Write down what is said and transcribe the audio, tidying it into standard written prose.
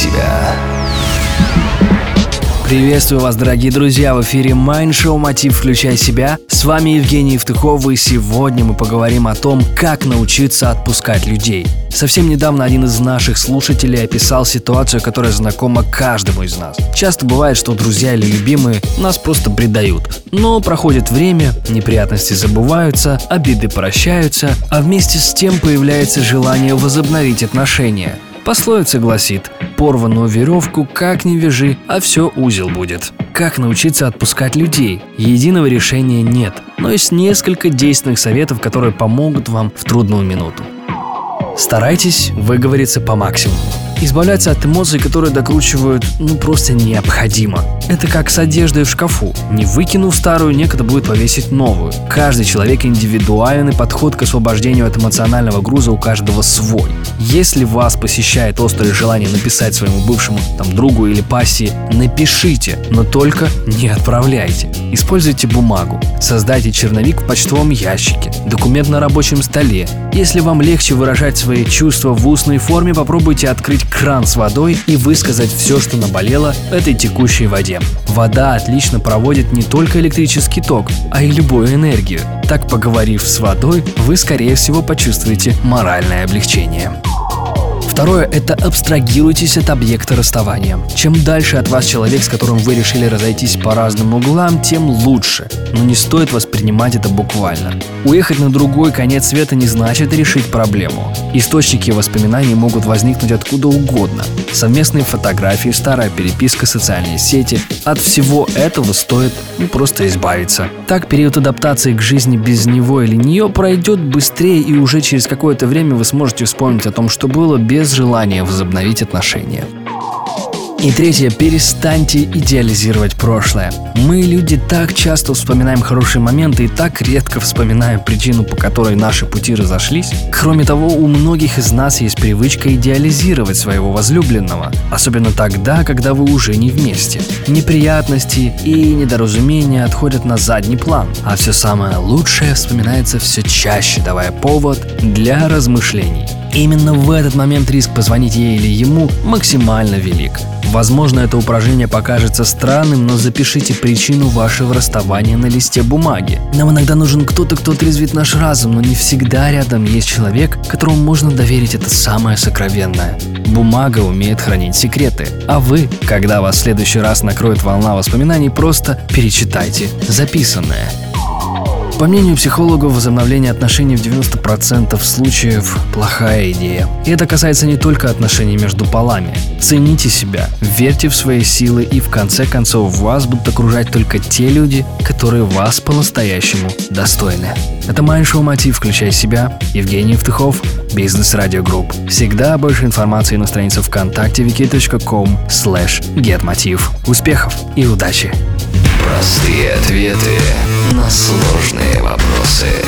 себя». Приветствую вас, дорогие друзья, в эфире Майнд-шоу «Мотив. Включай себя». С вами Евгений Евтухов, и сегодня мы поговорим о том, как научиться отпускать людей. Совсем недавно один из наших слушателей описал ситуацию, которая знакома каждому из нас. Часто бывает, что друзья или любимые нас просто предают. Но проходит время, неприятности забываются, обиды прощаются, а вместе с тем появляется желание возобновить отношения. Пословица гласит: порванную веревку как ни вяжи, а все узел будет. Как научиться отпускать людей? Единого решения нет, но есть несколько действенных советов, которые помогут вам в трудную минуту. Старайтесь выговориться по максимуму. Избавляться от эмоций, которые докручивают, просто необходимо. Это как с одеждой в шкафу. Не выкинув старую, некогда будет повесить новую. Каждый человек индивидуален, и подход к освобождению от эмоционального груза у каждого свой. Если вас посещает острое желание написать своему бывшему другу или пассии, напишите, но только не отправляйте. Используйте бумагу. Создайте черновик в почтовом ящике, документ на рабочем столе. Если вам легче выражать свои чувства в устной форме, попробуйте открыть кран с водой и высказать все, что наболело этой текущей воде. Вода отлично проводит не только электрический ток, а и любую энергию. Так, поговорив с водой, вы, скорее всего, почувствуете моральное облегчение. Второе – это абстрагируйтесь от объекта расставания. Чем дальше от вас человек, с которым вы решили разойтись по разным углам, тем лучше. Но не стоит воспринимать это буквально. Уехать на другой конец света не значит решить проблему. Источники воспоминаний могут возникнуть откуда угодно. Совместные фотографии, старая переписка, социальные сети. От всего этого стоит просто избавиться. Так период адаптации к жизни без него или нее пройдет быстрее, и уже через какое-то время вы сможете вспомнить о том, что было, без желания возобновить отношения. И третье – перестаньте идеализировать прошлое. Мы, люди, так часто вспоминаем хорошие моменты и так редко вспоминаем причину, по которой наши пути разошлись. Кроме того, у многих из нас есть привычка идеализировать своего возлюбленного, особенно тогда, когда вы уже не вместе. Неприятности и недоразумения отходят на задний план, а все самое лучшее вспоминается все чаще, давая повод для размышлений. Именно в этот момент риск позвонить ей или ему максимально велик. Возможно, это упражнение покажется странным, но запишите причину вашего расставания на листе бумаги. Нам иногда нужен кто-то, кто отрезвит наш разум, но не всегда рядом есть человек, которому можно доверить это самое сокровенное. Бумага умеет хранить секреты. А вы, когда вас в следующий раз накроет волна воспоминаний, просто перечитайте записанное. По мнению психологов, возобновление отношений в 90% случаев – плохая идея. И это касается не только отношений между полами. Цените себя, верьте в свои силы, и в конце концов вас будут окружать только те люди, которые вас по-настоящему достойны. Это Майнд-шоу «Мотив. Включай себя». Евгений Евтухов, Бизнес Радио Групп. Всегда больше информации на странице ВКонтакте wiki.com/getmotiv. Успехов и удачи! Простые ответы на сложные вопросы.